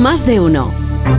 Más de uno.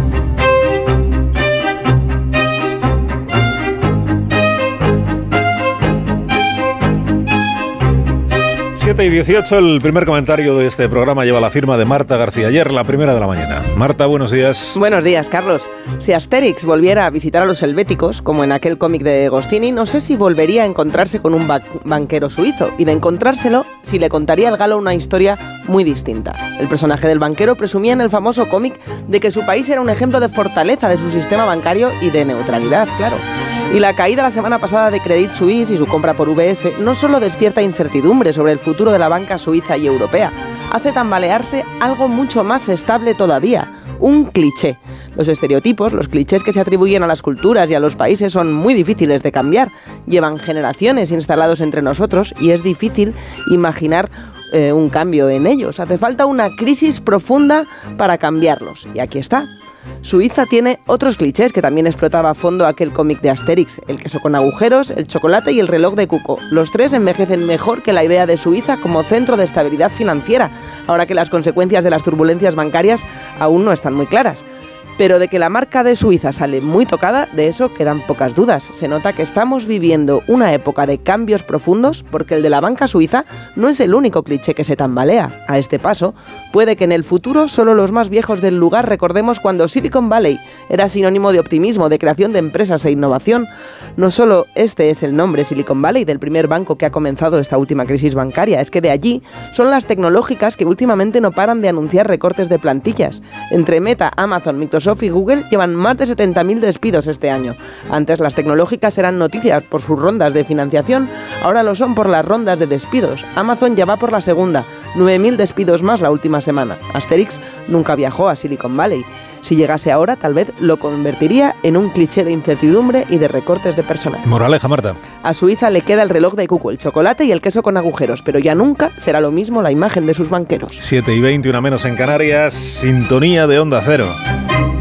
7:18, el primer comentario de este programa lleva la firma de Marta García Ayer, la primera de la mañana. Marta, buenos días. Buenos días, Carlos. Si Asterix volviera a visitar a los helvéticos, como en aquel cómic de Goscinny, no sé si volvería a encontrarse con un banquero suizo, y de encontrárselo, si le contaría al galo una historia muy distinta. El personaje del banquero presumía en el famoso cómic de que su país era un ejemplo de fortaleza de su sistema bancario y de neutralidad, claro. Y la caída la semana pasada de Credit Suisse y su compra por UBS no solo despierta incertidumbre sobre el futuro de la banca suiza y europea, hace tambalearse algo mucho más estable todavía, un cliché. Los estereotipos, los clichés que se atribuyen a las culturas y a los países son muy difíciles de cambiar, llevan generaciones instalados entre nosotros y es difícil imaginar un cambio en ellos. Hace falta una crisis profunda para cambiarlos, y aquí está. Suiza tiene otros clichés que también explotaba a fondo aquel cómic de Asterix: el queso con agujeros, el chocolate y el reloj de cuco. Los tres envejecen mejor que la idea de Suiza como centro de estabilidad financiera, ahora que las consecuencias de las turbulencias bancarias aún no están muy claras. Pero de que la marca de Suiza sale muy tocada, de eso quedan pocas dudas. Se nota que estamos viviendo una época de cambios profundos, porque el de la banca suiza no es el único cliché que se tambalea. A este paso, puede que en el futuro solo los más viejos del lugar recordemos cuando Silicon Valley era sinónimo de optimismo, de creación de empresas e innovación. No solo este es el nombre Silicon Valley del primer banco que ha comenzado esta última crisis bancaria, es que de allí son las tecnológicas que últimamente no paran de anunciar recortes de plantillas. Entre Meta, Amazon, Microsoft y Google llevan más de 70.000 despidos este año. Antes las tecnológicas eran noticias por sus rondas de financiación, ahora lo son por las rondas de despidos. Amazon ya va por la segunda, 9.000 despidos más la última semana. Asterix nunca viajó a Silicon Valley. Si llegase ahora, tal vez lo convertiría en un cliché de incertidumbre y de recortes de personal. Moraleja, Marta. A Suiza le queda el reloj de cuco, el chocolate y el queso con agujeros, pero ya nunca será lo mismo la imagen de sus banqueros. 7:20, una menos en Canarias, sintonía de Onda Cero.